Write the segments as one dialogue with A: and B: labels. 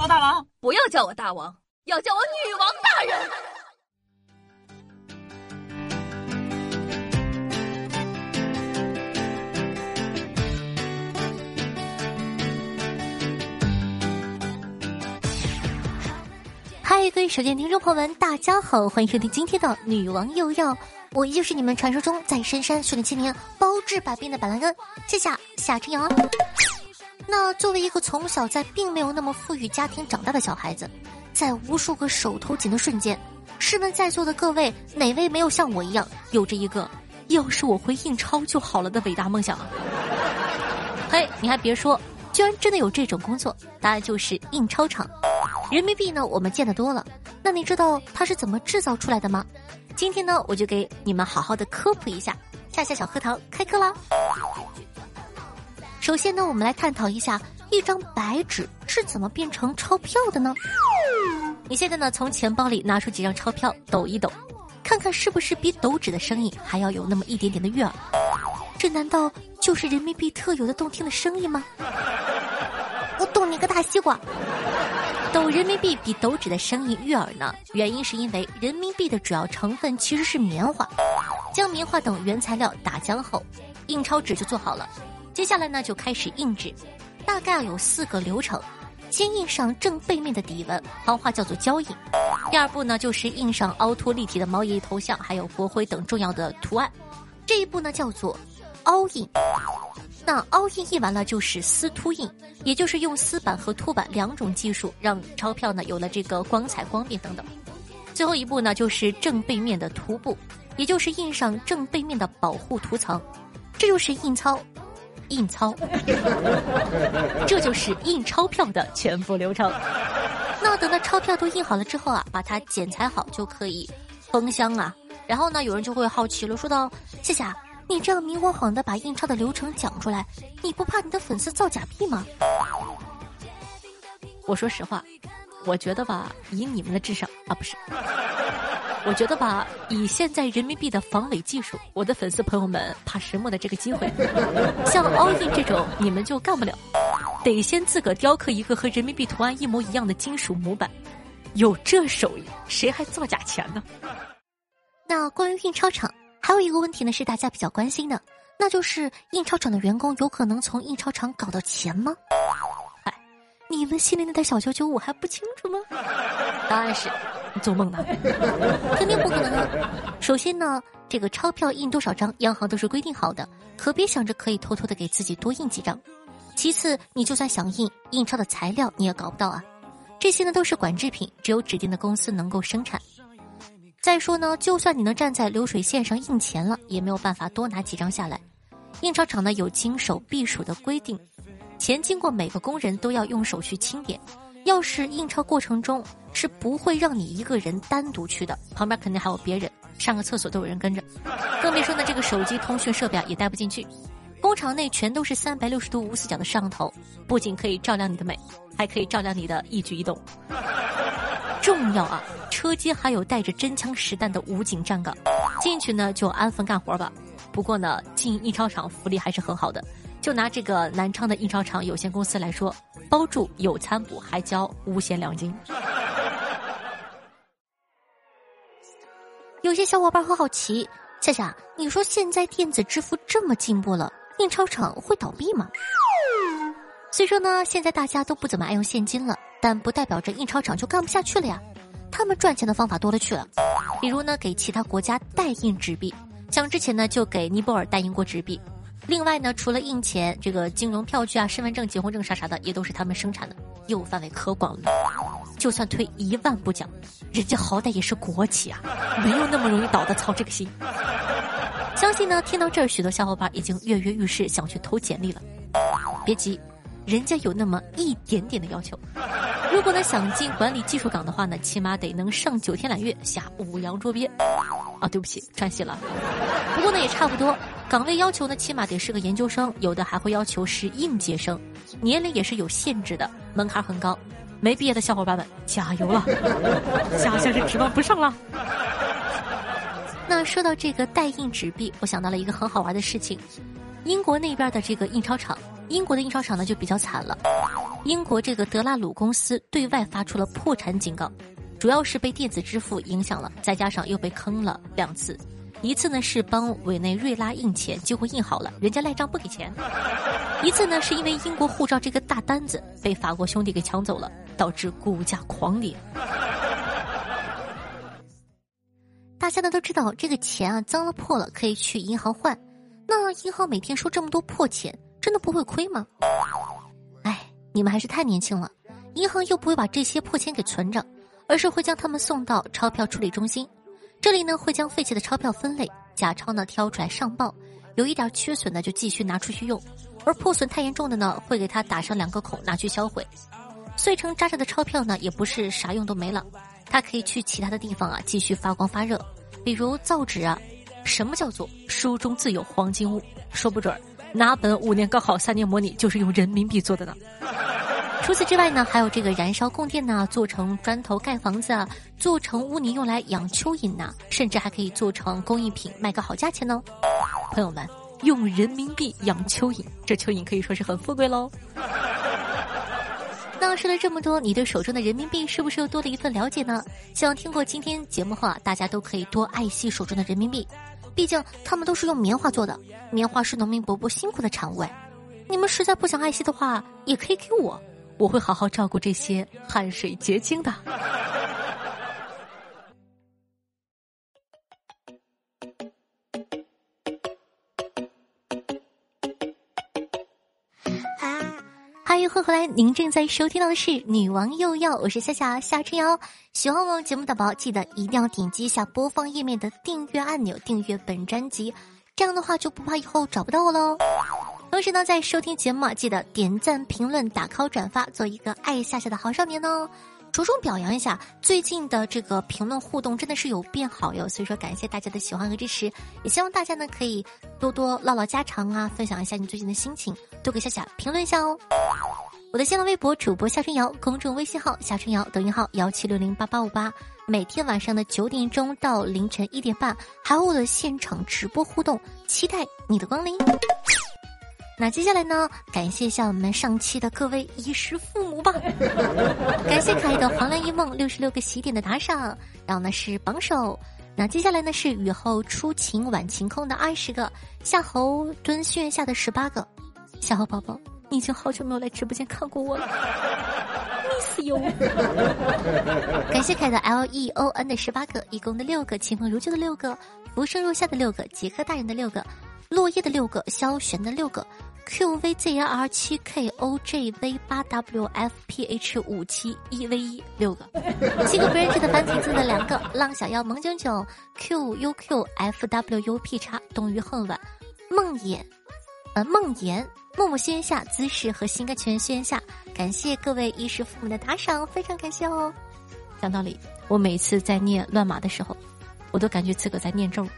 A: 我大王，
B: 不要叫我大王，要叫我女王大人。
C: 嗨，各位手机听众朋友们，大家好，欢迎收听今天的女王又要，我依旧是你们传说中在深山训练千年包治百病的板蓝根，谢谢夏春阳。那作为一个从小在并没有那么富裕家庭长大的小孩子，在无数个手头紧的瞬间，试问在座的各位，哪位没有像我一样有着一个要是我会印钞就好了的伟大梦想啊？嘿，你还别说，居然真的有这种工作，答案就是印钞厂。人民币呢，我们见得多了，那你知道它是怎么制造出来的吗？今天呢，我就给你们好好的科普一下。夏夏小课堂开课啦！首先呢，我们来探讨一下一张白纸是怎么变成钞票的呢？你现在呢，从钱包里拿出几张钞票抖一抖，看看是不是比抖纸的声音还要有那么一点点的悦耳？这难道就是人民币特有的动听的声音吗？我动你个大西瓜！抖人民币比抖纸的声音悦耳呢，原因是因为人民币的主要成分其实是棉花，将棉花等原材料打浆后，印钞纸就做好了。接下来呢，就开始印制，大概有4个流程。先印上正背面的底纹，行话叫做胶印。第二步呢，就是印上凹凸立体的毛爷爷头像，还有国徽等重要的图案。这一步呢，叫做凹印。那凹印印完了就是丝凸印，也就是用丝板和凸板2种技术，让钞票呢有了这个光彩光面等等。最后一步呢，就是正背面的涂布，也就是印上正背面的保护涂层。这就是印钞，这就是印钞票的全部流程。那等到钞票都印好了之后啊，把它剪裁好就可以封箱啊。然后呢，有人就会好奇了，说道：谢谢，你这样明晃晃的把印钞的流程讲出来，你不怕你的粉丝造假币吗？我说实话，我觉得吧，以你们的智商啊，不是，我觉得吧，以现在人民币的防伪技术，我的粉丝朋友们怕什么的这个机会，像凹印这种你们就干不了，得先自个雕刻一个和人民币图案一模一样的金属模板，有这手艺，谁还造假钱呢？那关于印钞厂，还有一个问题呢，是大家比较关心的，那就是印钞厂的员工有可能从印钞厂搞到钱吗？哎，你们心里那点小九九我还不清楚吗？答案是做梦呢，肯定不可能啊！首先呢，这个钞票印多少张，央行都是规定好的，可别想着可以偷偷的给自己多印几张。其次，你就算想印钞的材料，你也搞不到啊，这些呢都是管制品，只有指定的公司能够生产。再说呢，就算你能站在流水线上印钱了，也没有办法多拿几张下来。印钞厂呢有经手避暑的规定，钱经过每个工人都要用手去清点。要是印钞过程中是不会让你一个人单独去的，旁边肯定还有别人，上个厕所都有人跟着，更别说呢这个手机通讯设备也带不进去。工厂内全都是360度无死角的摄像头，不仅可以照亮你的美，还可以照亮你的一举一动。重要啊，车间还有带着真枪实弹的武警站岗，进去呢就安分干活吧。不过呢，进印钞厂福利还是很好的，就拿这个南昌的印钞厂有限公司来说，包住有餐补，还交5险2金。有些小伙伴很好奇，夏夏，你说现在电子支付这么进步了，印钞厂会倒闭吗？虽说呢，现在大家都不怎么爱用现金了，但不代表着印钞厂就干不下去了呀。他们赚钱的方法多了去了，比如呢，给其他国家代印纸币，像之前呢就给尼泊尔代印过纸币。另外呢，除了印钱，这个金融票据啊、身份证、结婚证啥啥的，也都是他们生产的，业务范围可广了。就算退1万步讲，人家好歹也是国企啊，没有那么容易倒的操这个心。相信呢，听到这儿，许多小伙伴已经跃跃欲试，想去投简历了。别急，人家有那么一点点的要求。如果呢想进管理技术岗的话呢，起码得能上9天揽月，下5洋捉鳖。啊，对不起，串戏了。不过呢也差不多，岗位要求呢起码得是个研究生，有的还会要求是应届生，年龄也是有限制的，门槛很高。没毕业的小伙伴们加油了，夏夏是指望不上了。那说到这个代印纸币，我想到了一个很好玩的事情。英国那边的这个印钞厂英国的印刷厂呢就比较惨了，英国这个德拉鲁公司对外发出了破产警告，主要是被电子支付影响了，再加上又被坑了2次。一次呢是帮委内瑞拉印钱，结果印好了，人家赖账不给钱；一次呢是因为英国护照这个大单子被法国兄弟给抢走了，导致股价狂跌。大家呢都知道这个钱啊脏了破了可以去银行换，那银行每天收这么多破钱，真的不会亏吗？哎，你们还是太年轻了，银行又不会把这些破钱给存着，而是会将它们送到钞票处理中心。这里呢会将废弃的钞票分类，假钞呢挑出来上报，有一点缺损的就继续拿出去用，而破损太严重的呢会给它打上2个孔拿去销毁。碎成渣渣的钞票呢也不是啥用都没了，它可以去其他的地方啊继续发光发热，比如造纸啊。什么叫做书中自有黄金屋？说不准哪本5年高考3年模拟就是用人民币做的呢。除此之外呢，还有这个燃烧供电呐，做成砖头盖房子啊，做成污泥用来养蚯蚓呐，甚至还可以做成工艺品卖个好价钱呢。朋友们，用人民币养蚯蚓，这蚯蚓可以说是很富贵喽。那说了这么多，你对手中的人民币是不是又多了一份了解呢？希望听过今天节目后啊，大家都可以多爱惜手中的人民币，毕竟他们都是用棉花做的，棉花是农民伯伯辛苦的产物哎。你们实在不想爱惜的话，也可以给我会好好照顾这些汗水结晶的。欢迎回来，您正在收听到的是女王又要，我是夏春瑶。喜欢我们节目的宝，记得一定要点击一下播放页面的订阅按钮，订阅本专辑，这样的话就不怕以后找不到我喽。同时呢，在收听节目记得点赞、评论、打 call、转发，做一个爱夏的好少年哦。着重表扬一下最近的这个评论互动，真的是有变好哟。所以说感谢大家的喜欢和支持，也希望大家呢可以多多唠唠家常啊，分享一下你最近的心情，多给夏评论一下哦。我的新浪微博主播夏春瑶，公众微信号夏春瑶，抖音号17608858，每天晚上的9点钟到凌晨1点半，还有我的现场直播互动，期待你的光临。那接下来呢，感谢一下我们上期的各位衣食父母吧。感谢可爱的黄粱一梦66个喜点的打赏，然后呢是榜首。那接下来呢是雨后初晴晚晴空的20个，夏侯惇轩下的18个。夏侯宝宝，你已经好久没有来直播间看过我了，miss you。感谢凯的 LEON 的18个，义工的6个，清风如旧的6个，浮生若夏的6个，杰克大人的6个，落叶的6个，萧玄的6个，QVZR7KOJV8WFPH571V1 6个，7个不认识的繁体字的2个，浪小妖萌囧囧 QUQFWUP 叉冬于恨晚梦魇默默轩下姿势和心甘情愿轩下，感谢各位衣食父母的打赏，非常感谢哦。讲道理，我每次在念乱码的时候，我都感觉自个在念咒。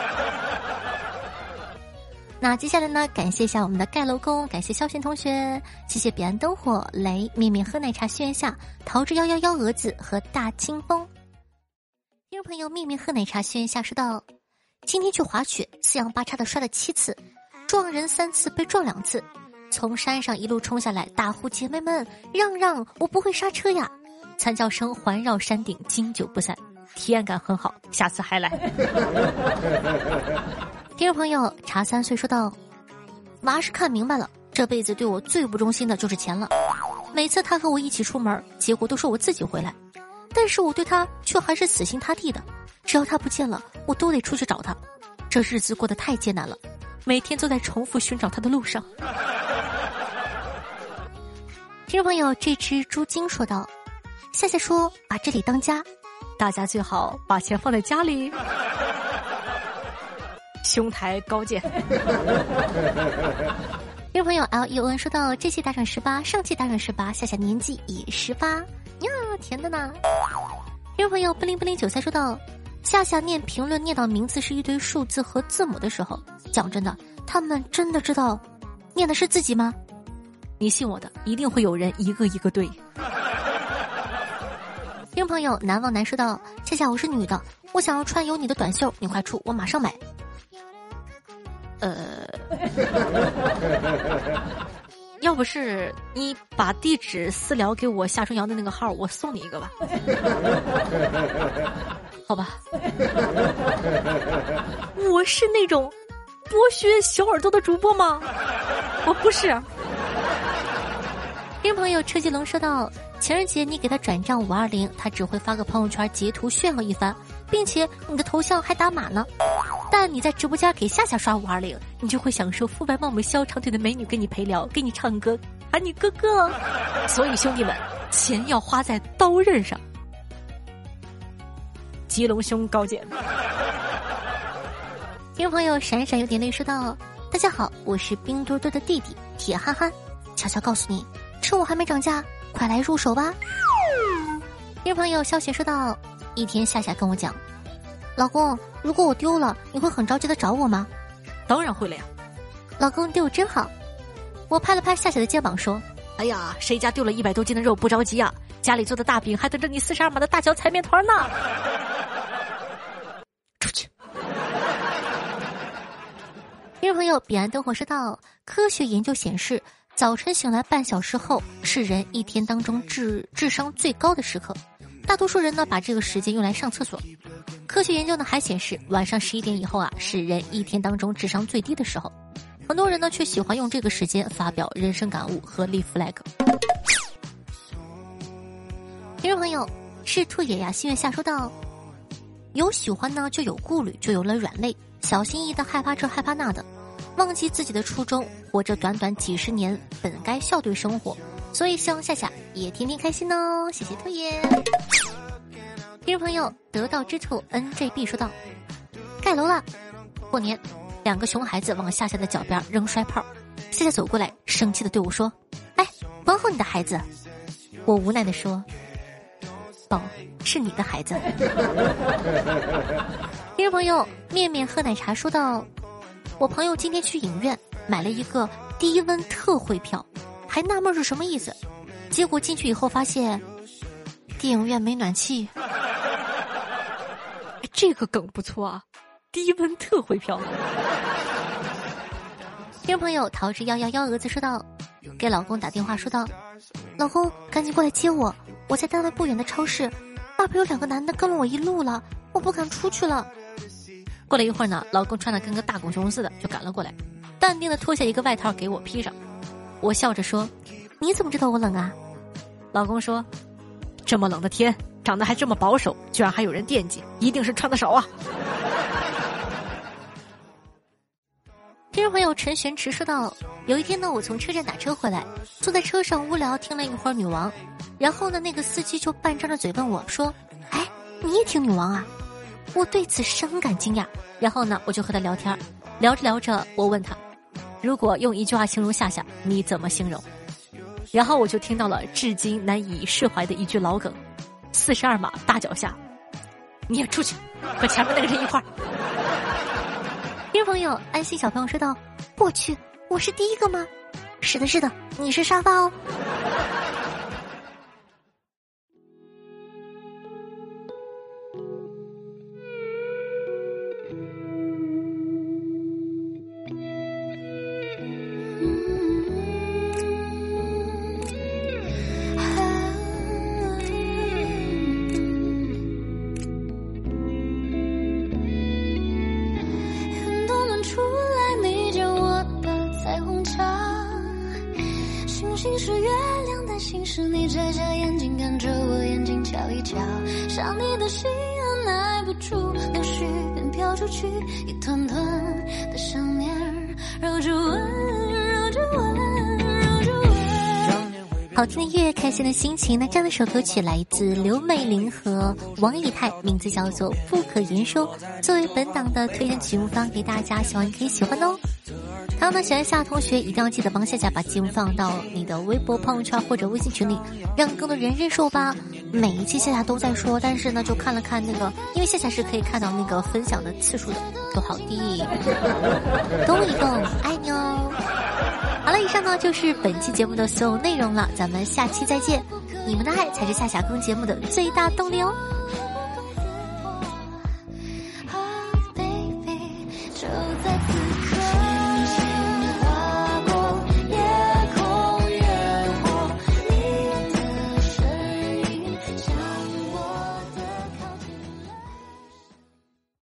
C: 那接下来呢，感谢一下我们的盖楼工，感谢萧璇同学，谢谢彼岸灯火雷面面喝奶茶轩下桃之111蛾子和大清风。听众朋友面面喝奶茶轩下说道，今天去滑雪四仰八叉的摔了7次，撞人3次被撞2次，从山上一路冲下来，大呼姐妹们让让，我不会刹车呀！惨叫声环绕山顶，经久不散，体验感很好，下次还来。听众朋友茶3岁说道，娃是看明白了，这辈子对我最不忠心的就是钱了。每次他和我一起出门，结果都是我自己回来，但是我对他却还是死心塌地的，只要他不见了，我都得出去找他。这日子过得太艰难了，每天都在重复寻找他的路上。听众朋友这只猪精说道，夏夏说把这里当家，大家最好把钱放在家里。胸抬高见。听众朋友 LEON 说到，这期打赏18，上期打赏18，夏夏年纪也18呀，甜的呢。听众朋友不灵不灵韭菜说到，夏夏念评论念到名字是一堆数字和字母的时候，讲真的，他们真的知道念的是自己吗？你信我的，一定会有人一个一个对。听众朋友难忘难说到，夏夏我是女的，我想要穿有你的短袖，你快出，我马上买。 要不是你把地址私聊给我夏春瑶的那个号，我送你一个吧。好吧。我是那种剥削小耳朵的主播吗？我不是。听朋友车继龙说到，情人节你给他转账520，他只会发个朋友圈截图炫耀一番，并且你的头像还打码呢。但你在直播间给夏夏刷520，你就会享受肤白貌美小长腿的美女给你陪聊，给你唱歌，喊你哥哥。所以兄弟们，钱要花在刀刃上。吉隆兄高见。听朋友闪闪有点泪说道，大家好，我是冰墩墩的弟弟铁憨憨，悄悄告诉你，趁我还没涨价，快来入手吧。听朋友萧雪说道，一天夏夏跟我讲，老公，如果我丢了，你会很着急的找我吗？当然会了呀。老公丢真好。我拍了拍夏夏的肩膀说，哎呀，谁家丢了100多斤的肉不着急啊，家里做的大饼还等着你42码的大脚踩面团呢。出去。听众朋友彼岸灯火说道，科学研究显示，早晨醒来半小时后是人一天当中智商最高的时刻，大多数人呢把这个时间用来上厕所。科学研究呢还显示，晚上11点以后啊是人一天当中智商最低的时候，很多人呢却喜欢用这个时间发表人生感悟和立 flag。听众朋友是兔爷呀，心愿下说道，有喜欢呢就有顾虑，就有了软肋，小心翼翼的害怕这害怕那的，忘记自己的初衷，活着短短几十年，本该笑对生活，所以希望夏夏也天天开心哦。谢谢兔爷。听众朋友得道之兔 NJB 说道，盖楼了。过年2个熊孩子往夏夏的脚边扔摔炮，夏夏走过来生气的对我说，哎，管好你的孩子。我无奈的说，宝，是你的孩子。听众朋友面面喝奶茶说道，我朋友今天去影院买了一个低温特惠票，还纳闷是什么意思，结果进去以后发现电影院没暖气。这个梗不错啊，低温特惠票。听众朋友桃之111蛾子说道，给老公打电话说道，老公赶紧过来接我，我在单位不远的超市，外边有2个男的跟了我一路了，我不敢出去了。过了一会儿呢，老公穿得跟个大狗熊似的就赶了过来，淡定的脱下一个外套给我披上。我笑着说，你怎么知道我冷啊？老公说，这么冷的天长得还这么保守，居然还有人惦记，一定是穿得少啊。听众朋友陈玄池说道，有一天呢，我从车站打车回来，坐在车上无聊听了一会儿女王，然后呢那个司机就半张着嘴问我说，哎，你也听女王啊？我对此深感惊讶，然后呢我就和他聊天，聊着聊着我问他，如果用一句话形容夏夏你怎么形容？然后我就听到了至今难以释怀的一句老梗，42码大脚下。你也出去和前面那个人一块儿。听众朋友安心小朋友说道，我去，我是第一个吗？是的是的，你是沙发哦。
A: 星是月亮的心事，你摘下眼睛看着我眼睛瞧一瞧，想你的心按耐不住，柳絮便飘出去，一团团的想念揉着吻，揉着吻，揉着吻。
C: 好听的音乐，开心的心情。那这样的首歌曲来自刘美玲和王以太，名字叫做《不可言说》，作为本档的推荐曲目放给大家，希望你可以喜欢哦。还有呢，喜欢夏同学一定要记得帮夏夏把节目放到你的微博、朋友圈或者微信群里，让更多人认识我吧。每一期夏夏都在说，但是呢，就看了看那个，因为夏夏是可以看到那个分享的次数的，都好低，动一动，爱你哦。好了，以上呢就是本期节目的所有内容了，咱们下期再见。你们的爱才是夏夏更节目的最大动力哦。